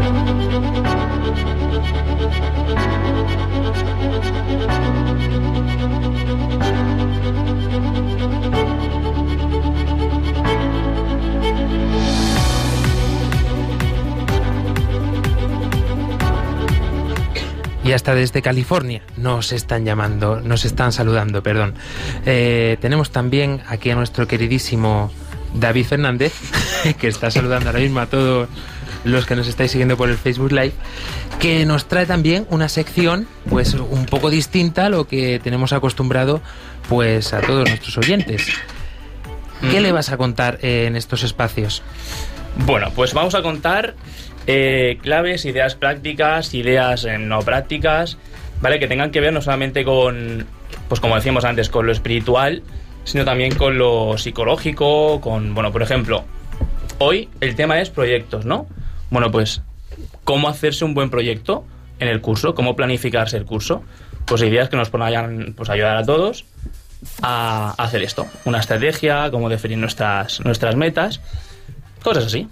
Y hasta desde California nos están saludando, perdón. Tenemos también aquí a nuestro queridísimo David Fernández, que está saludando ahora mismo a todos los que nos estáis siguiendo por el Facebook Live, que nos trae también una sección pues un poco distinta a lo que tenemos acostumbrado pues a todos nuestros oyentes. ¿Qué le vas a contar en estos espacios? Bueno, pues vamos a contar claves, ideas prácticas, ideas no prácticas, ¿vale? Que tengan que ver no solamente con, pues como decíamos antes, con lo espiritual, sino también con lo psicológico, con, bueno, por ejemplo, hoy el tema es proyectos, ¿no? Bueno, pues, ¿cómo hacerse un buen proyecto en el curso? ¿Cómo planificarse el curso? Pues ideas que nos puedan pues, ayudar a todos a hacer esto. Una estrategia, cómo definir nuestras metas, cosas así.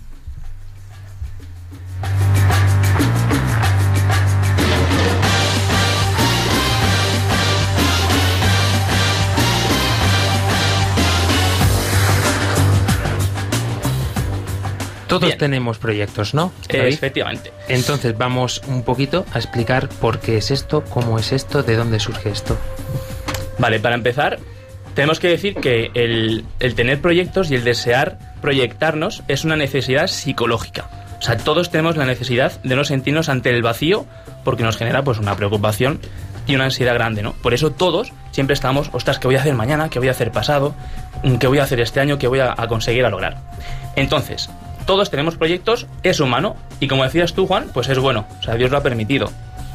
Todos Bien. Tenemos proyectos, ¿no? Efectivamente. Entonces vamos un poquito a explicar por qué es esto, cómo es esto, de dónde surge esto. Vale, para empezar, tenemos que decir que el tener proyectos y el desear proyectarnos es una necesidad psicológica. O sea, todos tenemos la necesidad de no sentirnos ante el vacío porque nos genera pues una preocupación y una ansiedad grande, ¿no? Por eso todos siempre estamos, ostras, ¿qué voy a hacer mañana? ¿Qué voy a hacer pasado? ¿Qué voy a hacer este año? ¿Qué voy a conseguir a lograr? Entonces, todos tenemos proyectos, es humano, y como decías tú, Juan, pues es bueno, o sea, Dios lo ha permitido.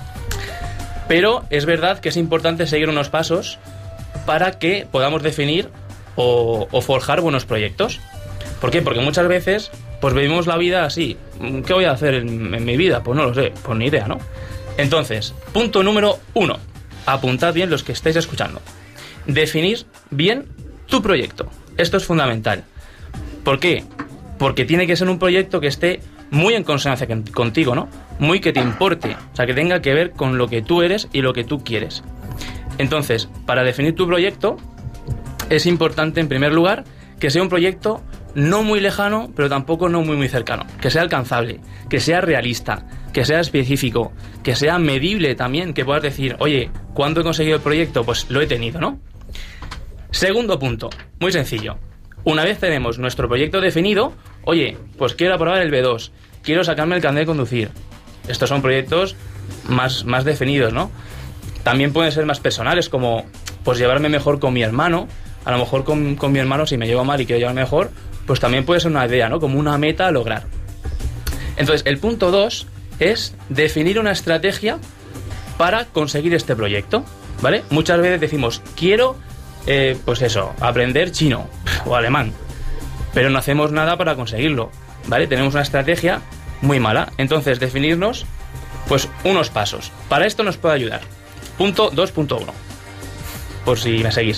Pero es verdad que es importante seguir unos pasos para que podamos definir o forjar buenos proyectos. ¿Por qué? Porque muchas veces pues vivimos la vida así. ¿Qué voy a hacer en mi vida? Pues no lo sé, pues ni idea, ¿no? Entonces, punto número 1. Apuntad bien los que estáis escuchando. Definir bien tu proyecto. Esto es fundamental. ¿Por qué? Porque tiene que ser un proyecto que esté muy en consonancia contigo, ¿no? Muy que te importe. O sea, que tenga que ver con lo que tú eres y lo que tú quieres. Entonces, para definir tu proyecto, es importante, en primer lugar, que sea un proyecto no muy lejano, pero tampoco no muy cercano. Que sea alcanzable, que sea realista, que sea específico, que sea medible también, que puedas decir, oye, ¿cuándo he conseguido el proyecto? Pues lo he tenido, ¿no? Segundo punto, muy sencillo. Una vez tenemos nuestro proyecto definido, oye, pues quiero aprobar el B2, quiero sacarme el carnet de conducir. Estos son proyectos más definidos, ¿no? También pueden ser más personales, como pues llevarme mejor con mi hermano. A lo mejor con mi hermano, si me llevo mal y quiero llevarme mejor, pues también puede ser una idea, ¿no? Como una meta a lograr. Entonces, el punto 2 es definir una estrategia para conseguir este proyecto, ¿vale? Muchas veces decimos, quiero, pues eso, aprender chino o alemán, pero no hacemos nada para conseguirlo, ¿vale? Tenemos una estrategia muy mala. Entonces, definirnos, pues, unos pasos. Para esto nos puede ayudar. Punto 2.1, por si me seguís.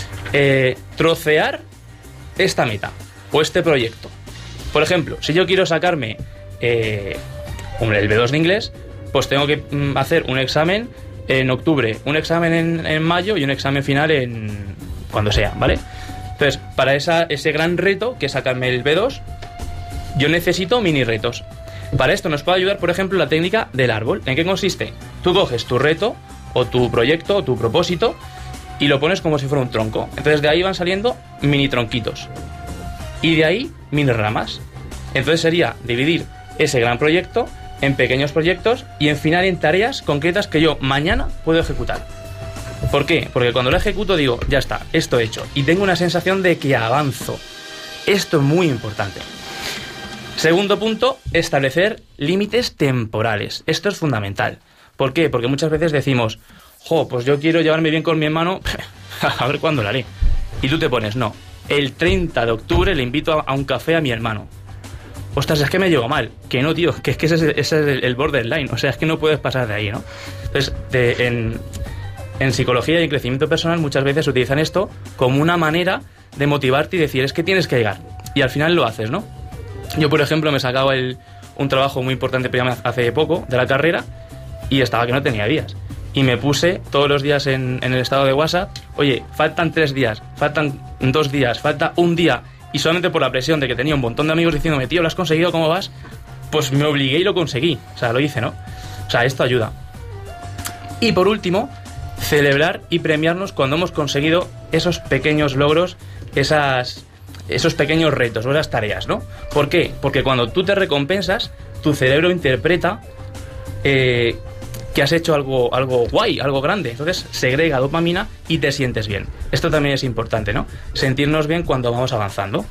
Trocear esta meta o este proyecto. Por ejemplo, si yo quiero sacarme el B2 de inglés, pues tengo que hacer un examen en octubre, un examen en mayo y un examen final en cuando sea, ¿vale? Entonces, para ese gran reto que es sacarme el B2, yo necesito mini retos. Para esto nos puede ayudar, por ejemplo, la técnica del árbol. ¿En qué consiste? Tú coges tu reto o tu proyecto o tu propósito y lo pones como si fuera un tronco. Entonces de ahí van saliendo mini tronquitos. Y de ahí mini ramas. Entonces sería dividir ese gran proyecto en pequeños proyectos y en final en tareas concretas que yo mañana puedo ejecutar. ¿Por qué? Porque cuando lo ejecuto digo, ya está, esto he hecho. Y tengo una sensación de que avanzo. Esto es muy importante. Segundo punto, establecer límites temporales. Esto es fundamental. ¿Por qué? Porque muchas veces decimos, pues yo quiero llevarme bien con mi hermano, a ver cuándo lo haré. Y tú te pones, no, el 30 de octubre le invito a un café a mi hermano. Ostras, es que me llevo mal. Que no, tío, que es que ese es el borderline. O sea, es que no puedes pasar de ahí, ¿no? Entonces, en psicología y en crecimiento personal muchas veces utilizan esto como una manera de motivarte y decir, es que tienes que llegar. Y al final lo haces, ¿no? Yo, por ejemplo, me sacaba un trabajo muy importante hace poco de la carrera y estaba que no tenía días. Y me puse todos los días en el estado de WhatsApp, oye, faltan 3 días, faltan 2 días, falta un día. Y solamente por la presión de que tenía un montón de amigos diciéndome, tío, ¿lo has conseguido? ¿Cómo vas? Pues me obligué y lo conseguí. O sea, lo hice, ¿no? O sea, esto ayuda. Y por último, celebrar y premiarnos cuando hemos conseguido esos pequeños logros, esos pequeños retos o esas tareas, ¿no? ¿Por qué? Porque cuando tú te recompensas, tu cerebro interpreta que has hecho algo guay, algo grande. Entonces segrega dopamina y te sientes bien. Esto también es importante, ¿no? Sentirnos bien cuando vamos avanzando.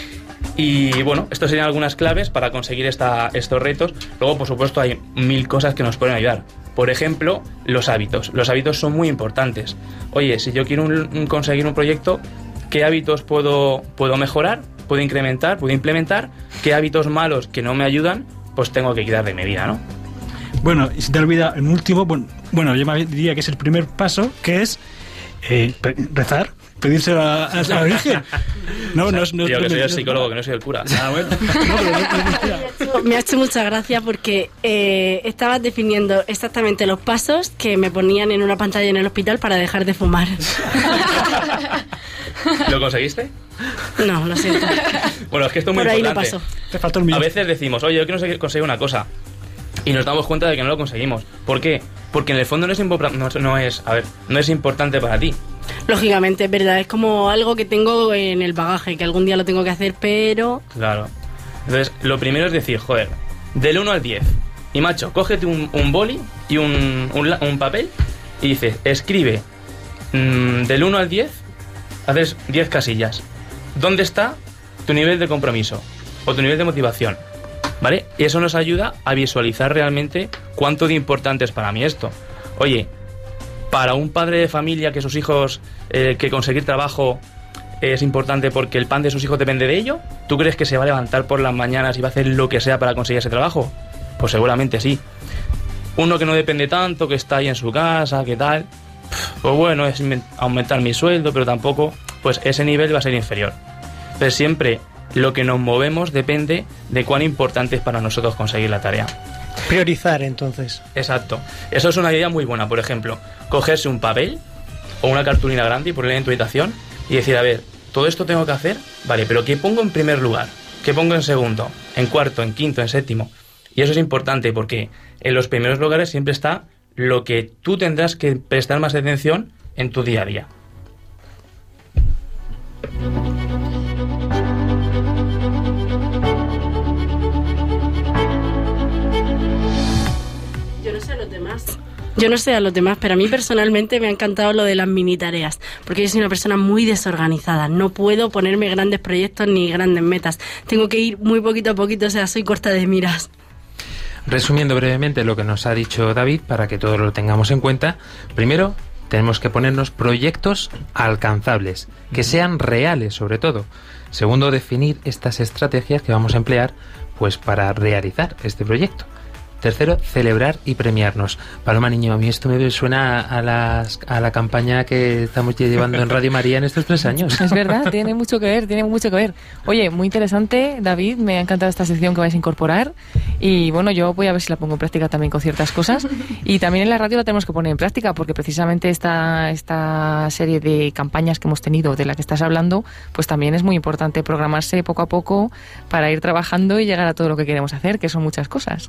Y bueno, estas serían algunas claves para conseguir estos retos. Luego, por supuesto, hay 1000 cosas que nos pueden ayudar. Por ejemplo, los hábitos. Los hábitos son muy importantes. Oye, si yo quiero conseguir un proyecto, ¿qué hábitos puedo mejorar? ¿Puedo incrementar? ¿Puedo implementar? ¿Qué hábitos malos que no me ayudan? Pues tengo que quitar de mi vida, ¿no? Bueno, y si te olvida el último, bueno, yo diría que es el primer paso, que es rezar, pedírselo a la Virgen. No, o sea, no yo que soy el psicólogo, que no soy el cura. Bueno. Me ha hecho mucha gracia porque estabas definiendo exactamente los pasos que me ponían en una pantalla en el hospital para dejar de fumar. ¿Lo conseguiste? No, lo siento. Bueno, es que esto es muy por importante. Ahí no pasó. Te faltó el mío. A veces decimos, oye, yo quiero conseguir una cosa. Y nos damos cuenta de que no lo conseguimos. ¿Por qué? Porque en el fondo no es importante para ti. Lógicamente, es verdad. Es como algo que tengo en el bagaje, que algún día lo tengo que hacer, pero... Claro. Entonces, lo primero es decir, joder, del 1 al 10. Y macho, cógete un boli y un papel y dices, escribe del 1 al 10, haces 10 casillas. ¿Dónde está tu nivel de compromiso o tu nivel de motivación? ¿Vale? Y eso nos ayuda a visualizar realmente cuánto de importante es para mí esto. Oye, para un padre de familia que sus hijos, que conseguir trabajo es importante porque el pan de sus hijos depende de ello, ¿tú crees que se va a levantar por las mañanas y va a hacer lo que sea para conseguir ese trabajo? Pues seguramente sí. Uno que no depende tanto, que está ahí en su casa, ¿qué tal? Pues bueno, es aumentar mi sueldo, pero tampoco, pues ese nivel va a ser inferior. Pero siempre lo que nos movemos depende de cuán importante es para nosotros conseguir la tarea. Priorizar, entonces. Exacto. Eso es una idea muy buena, por ejemplo, cogerse un papel o una cartulina grande y ponerla en tu habitación y decir, a ver, todo esto tengo que hacer, vale, pero ¿qué pongo en primer lugar? ¿Qué pongo en segundo? ¿En cuarto? ¿En quinto? ¿En séptimo? Y eso es importante porque en los primeros lugares siempre está lo que tú tendrás que prestar más atención en tu día a día. Yo no sé a los demás, pero a mí personalmente me ha encantado lo de las mini tareas, porque yo soy una persona muy desorganizada, no puedo ponerme grandes proyectos ni grandes metas, tengo que ir muy poquito a poquito, o sea, soy corta de miras. Resumiendo brevemente lo que nos ha dicho David, para que todos lo tengamos en cuenta, primero tenemos que ponernos proyectos alcanzables, que sean reales sobre todo. Segundo, definir estas estrategias que vamos a emplear pues para realizar este proyecto. Tercero, celebrar y premiarnos. Paloma, niño, a mí esto me suena a la campaña que estamos llevando en Radio María en estos 3 años. Es verdad, tiene mucho que ver. Oye, muy interesante, David, me ha encantado esta sección que vais a incorporar y bueno, yo voy a ver si la pongo en práctica también con ciertas cosas y también en la radio la tenemos que poner en práctica porque precisamente esta serie de campañas que hemos tenido, de la que estás hablando, pues también es muy importante programarse poco a poco para ir trabajando y llegar a todo lo que queremos hacer, que son muchas cosas.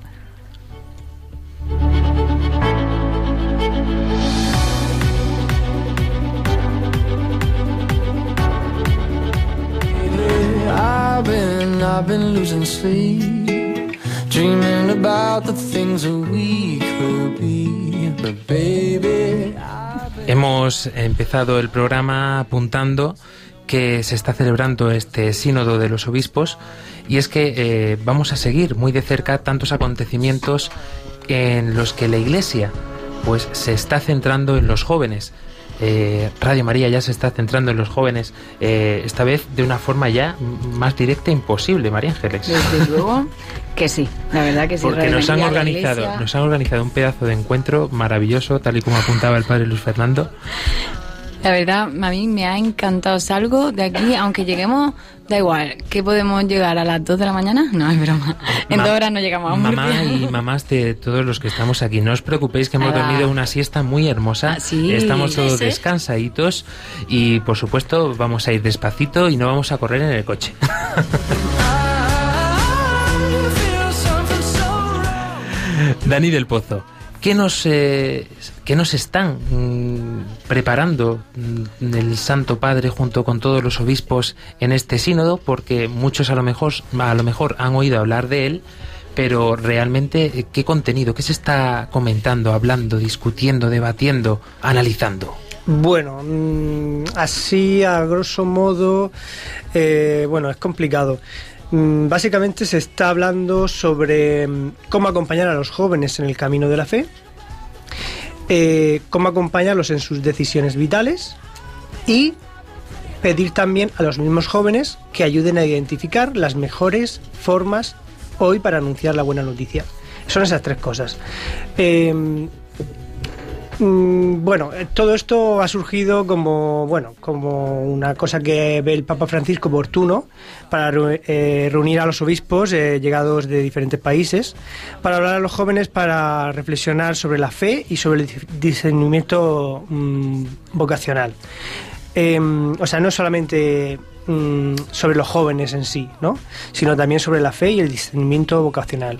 I've been losing sleep, dreaming about the things that we could be, but baby. Hemos empezado el programa apuntando que se está celebrando este sínodo de los obispos y es que vamos a seguir muy de cerca tantos acontecimientos en los que la Iglesia pues se está centrando en los jóvenes. Radio María ya se está centrando en los jóvenes, esta vez de una forma ya más directa e imposible, María Ángeles. Desde luego que sí, la verdad que sí. Porque nos han organizado un pedazo de encuentro maravilloso, tal y como apuntaba el padre Luis Fernando. La verdad, a mí me ha encantado. Salgo de aquí, aunque lleguemos, da igual, ¿qué podemos llegar a las 2 de la mañana? No, es broma. En 2 horas no llegamos a Murcia. Mamá y mamás de todos los que estamos aquí, no os preocupéis que hemos dormido una siesta muy hermosa. Sí, estamos todos descansaditos y, por supuesto, vamos a ir despacito y no vamos a correr en el coche. Dani del Pozo, ¿qué nos están preparando el Santo Padre junto con todos los obispos en este sínodo? Porque muchos a lo mejor han oído hablar de él, pero realmente, ¿qué contenido? ¿Qué se está comentando, hablando, discutiendo, debatiendo, analizando? Bueno, así a grosso modo, es complicado. Básicamente se está hablando sobre cómo acompañar a los jóvenes en el camino de la fe, cómo acompañarlos en sus decisiones vitales y pedir también a los mismos jóvenes que ayuden a identificar las mejores formas hoy para anunciar la buena noticia. Son esas 3 cosas. Todo esto ha surgido como una cosa que ve el Papa Francisco oportuno para reunir a los obispos llegados de diferentes países para hablar a los jóvenes, para reflexionar sobre la fe y sobre el discernimiento vocacional. No solamente sobre los jóvenes en sí, ¿no?, sino también sobre la fe y el discernimiento vocacional.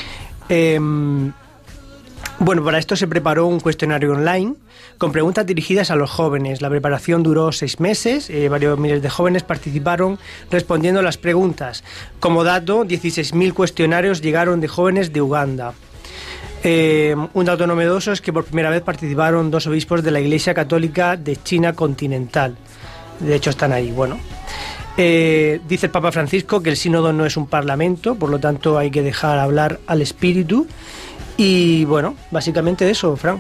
Para esto se preparó un cuestionario online con preguntas dirigidas a los jóvenes. La preparación duró 6 meses, varios miles de jóvenes participaron respondiendo a las preguntas. Como dato, 16.000 cuestionarios llegaron de jóvenes de Uganda. Un dato novedoso es que por primera vez participaron 2 obispos de la Iglesia Católica de China continental. De hecho están ahí, bueno. Dice el Papa Francisco que el sínodo no es un parlamento, por lo tanto hay que dejar hablar al espíritu. Y bueno, básicamente eso, Fran.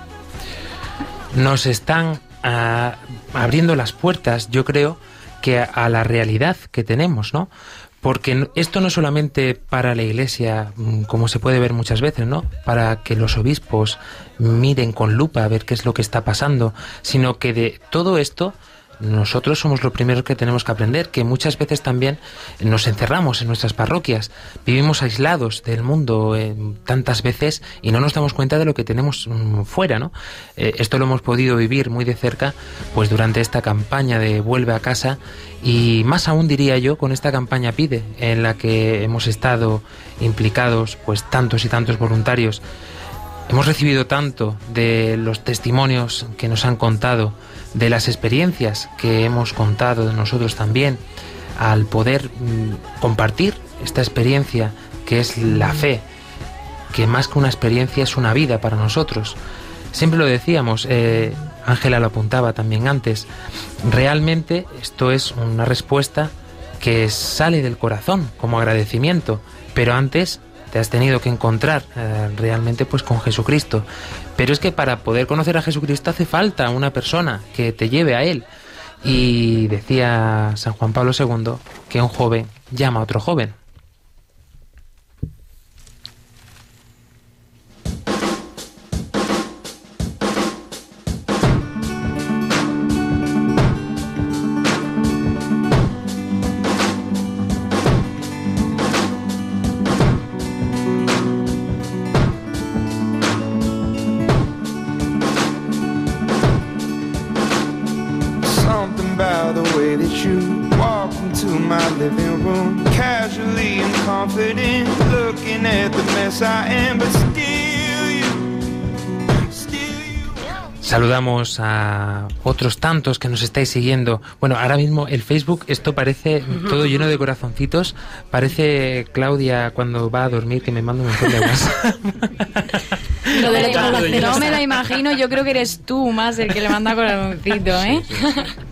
Nos están abriendo las puertas, yo creo, que a la realidad que tenemos, ¿no? Porque esto no es solamente para la Iglesia, como se puede ver muchas veces, ¿no? Para que los obispos miren con lupa a ver qué es lo que está pasando, sino que de todo esto nosotros somos lo primero que tenemos que aprender, que muchas veces también nos encerramos en nuestras parroquias, vivimos aislados del mundo tantas veces y no nos damos cuenta de lo que tenemos fuera, ¿no? Esto lo hemos podido vivir muy de cerca, pues durante esta campaña de Vuelve a Casa, y más aún diría yo con esta campaña Pide, en la que hemos estado implicados pues tantos y tantos voluntarios. Hemos recibido tanto de los testimonios que nos han contado, de las experiencias que hemos contado de nosotros también, al poder compartir esta experiencia que es la fe, que más que una experiencia es una vida para nosotros. Siempre lo decíamos, Ángela lo apuntaba también antes, realmente esto es una respuesta que sale del corazón como agradecimiento, pero antes te has tenido que encontrar realmente pues con Jesucristo. Pero es que para poder conocer a Jesucristo hace falta una persona que te lleve a Él. Y decía San Juan Pablo II que un joven llama a otro joven. Saludamos a otros tantos que nos estáis siguiendo. Bueno, ahora mismo el Facebook, esto parece todo lleno de corazoncitos. Parece Claudia cuando va a dormir que me manda un montón de WhatsApp. No me la imagino, yo creo que eres tú más el que le manda corazoncito, ¿eh? Sí.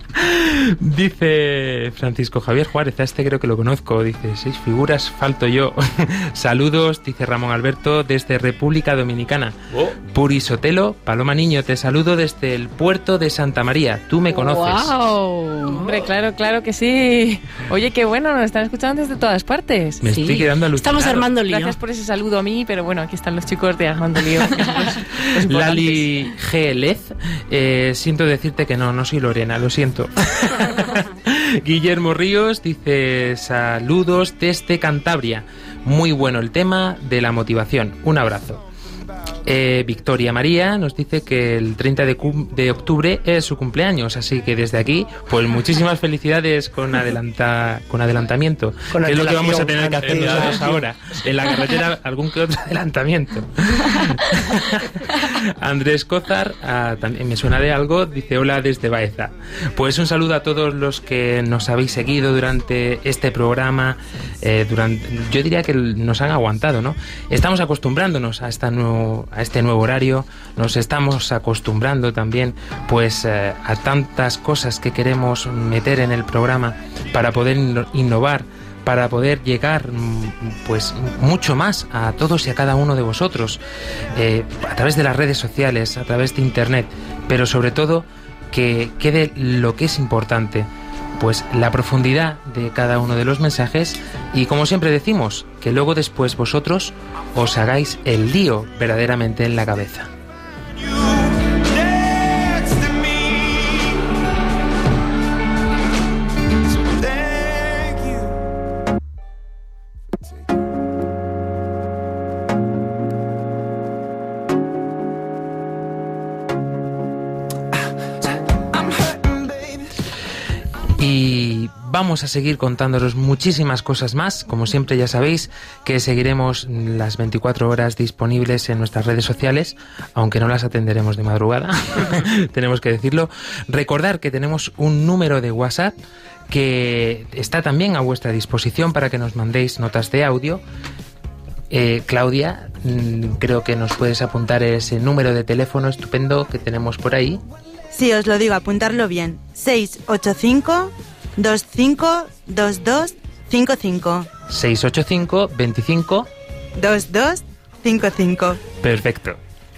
Dice Francisco Javier Juárez, a este creo que lo conozco, dice 6 figuras, falto yo. Saludos, dice Ramón Alberto desde República Dominicana. Puri Sotelo, Paloma Niño, te saludo desde el puerto de Santa María, tú me conoces. ¡Wow! Hombre, claro que sí. Oye, qué bueno, nos están escuchando desde todas partes. Me estoy quedando alucinado. Estamos armando lío. Gracias por ese saludo a mí, pero bueno, aquí están los chicos de Armando Lío. Lali G. Lez, siento decirte que no soy Lorena, lo siento. Guillermo Ríos dice saludos desde Cantabria, muy bueno el tema de la motivación, un abrazo. Victoria María nos dice que el 30 de octubre es su cumpleaños, así que desde aquí pues muchísimas felicidades con adelantamiento, que es lo que vamos a tener que hacer nosotros ahora en la carretera, algún que otro adelantamiento. Andrés Cózar, también me suena de algo, dice hola desde Baeza. Pues un saludo a todos los que nos habéis seguido durante este programa, yo diría que nos han aguantado, ¿no? Estamos acostumbrándonos a este nuevo horario, nos estamos acostumbrando también pues a tantas cosas que queremos meter en el programa para poder innovar, para poder llegar pues mucho más a todos y a cada uno de vosotros, a través de las redes sociales, a través de internet, pero sobre todo que quede lo que es importante, pues la profundidad de cada uno de los mensajes, y como siempre decimos, que luego después vosotros os hagáis el lío verdaderamente en la cabeza. Y vamos a seguir contándonos muchísimas cosas más. Como siempre ya sabéis que seguiremos las 24 horas disponibles en nuestras redes sociales, aunque no las atenderemos de madrugada, tenemos que decirlo. Recordar que tenemos un número de WhatsApp que está también a vuestra disposición para que nos mandéis notas de audio. Claudia, creo que nos puedes apuntar ese número de teléfono estupendo que tenemos por ahí. Sí, os lo digo, apuntarlo bien. 685-252255. 685-25... 2255. Perfecto.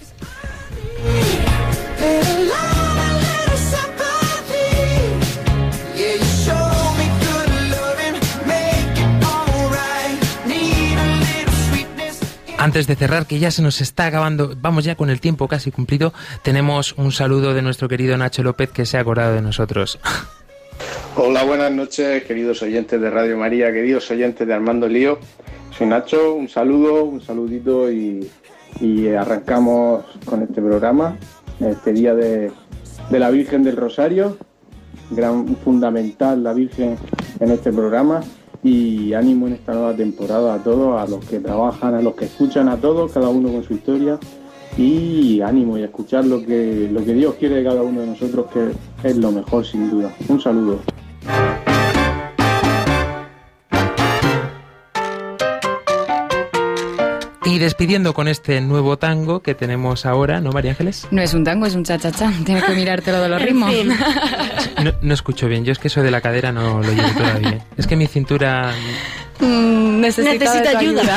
Antes de cerrar, que ya se nos está acabando, vamos ya con el tiempo casi cumplido, tenemos un saludo de nuestro querido Nacho López, que se ha acordado de nosotros. Hola, buenas noches, queridos oyentes de Radio María, queridos oyentes de Armando Lío. Soy Nacho, un saludo, un saludito y arrancamos con este programa, este día de la Virgen del Rosario, fundamental la Virgen en este programa. Y ánimo en esta nueva temporada a todos, a los que trabajan, a los que escuchan, a todos, cada uno con su historia. Y ánimo y a escuchar lo que Dios quiere de cada uno de nosotros, que es lo mejor sin duda. Un saludo. Y despidiendo con este nuevo tango que tenemos ahora, ¿no, María Ángeles? No es un tango, es un cha-cha-cha. Tienes que mirártelo de los ritmos. No escucho bien. Yo es que eso de la cadera no lo llevo todavía. Es que mi cintura... necesita ayuda.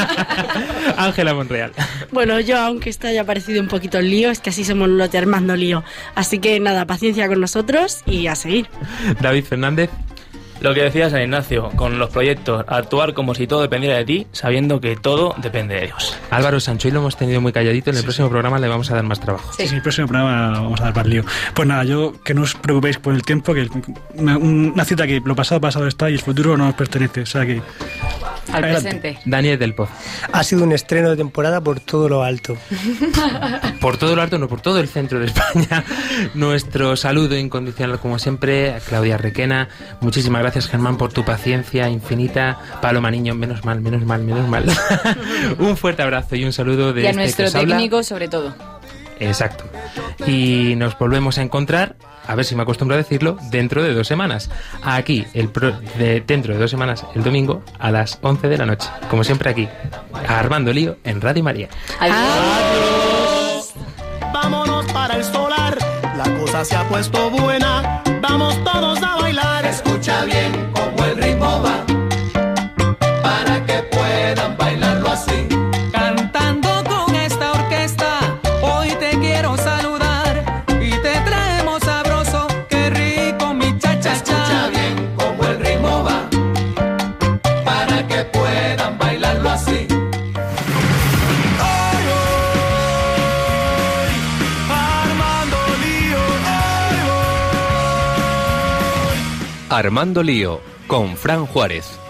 Ángela Monreal. Bueno, yo, aunque esto haya parecido un poquito el lío, es que así somos los de Armando Lío. Así que nada, paciencia con nosotros y a seguir. David Fernández. Lo que decía San Ignacio, con los proyectos, actuar como si todo dependiera de ti, sabiendo que todo depende de Dios. Álvaro Sancho, hoy lo hemos tenido muy calladito, en el próximo programa le vamos a dar más trabajo. Sí, en el próximo programa vamos a dar más lío. Pues nada, yo que no os preocupéis por el tiempo, que una cita que lo pasado está y el futuro no nos pertenece, o sea que... Al adelante. presente. Daniel del Poz. Ha sido un estreno de temporada por todo lo alto. Por todo lo alto, no, por todo el centro de España. Nuestro saludo incondicional, como siempre, a Claudia Requena. Muchísimas gracias, Germán, por tu paciencia infinita. Paloma Niño, menos mal. Un fuerte abrazo y un saludo de y a nuestro que os técnico, habla. sobre todo. Exacto. Y nos volvemos a encontrar, a ver si me acostumbro a decirlo, dentro de 2 semanas. Aquí, dentro de 2 semanas, el domingo, a las 11 de la noche. Como siempre aquí, a Armando Lío, en Radio María. Adiós. Vámonos para el solar, la cosa se ha puesto buena, vamos todos a bailar. Escucha bien cómo el ritmo va, para que puedan bailarlo así. Cantando con esta orquesta, hoy te quiero saludar y te traemos sabroso, qué rico mi cha-cha-cha. Escucha bien cómo el ritmo va, para que puedan bailarlo así. Armando Lío, con Fran Juárez.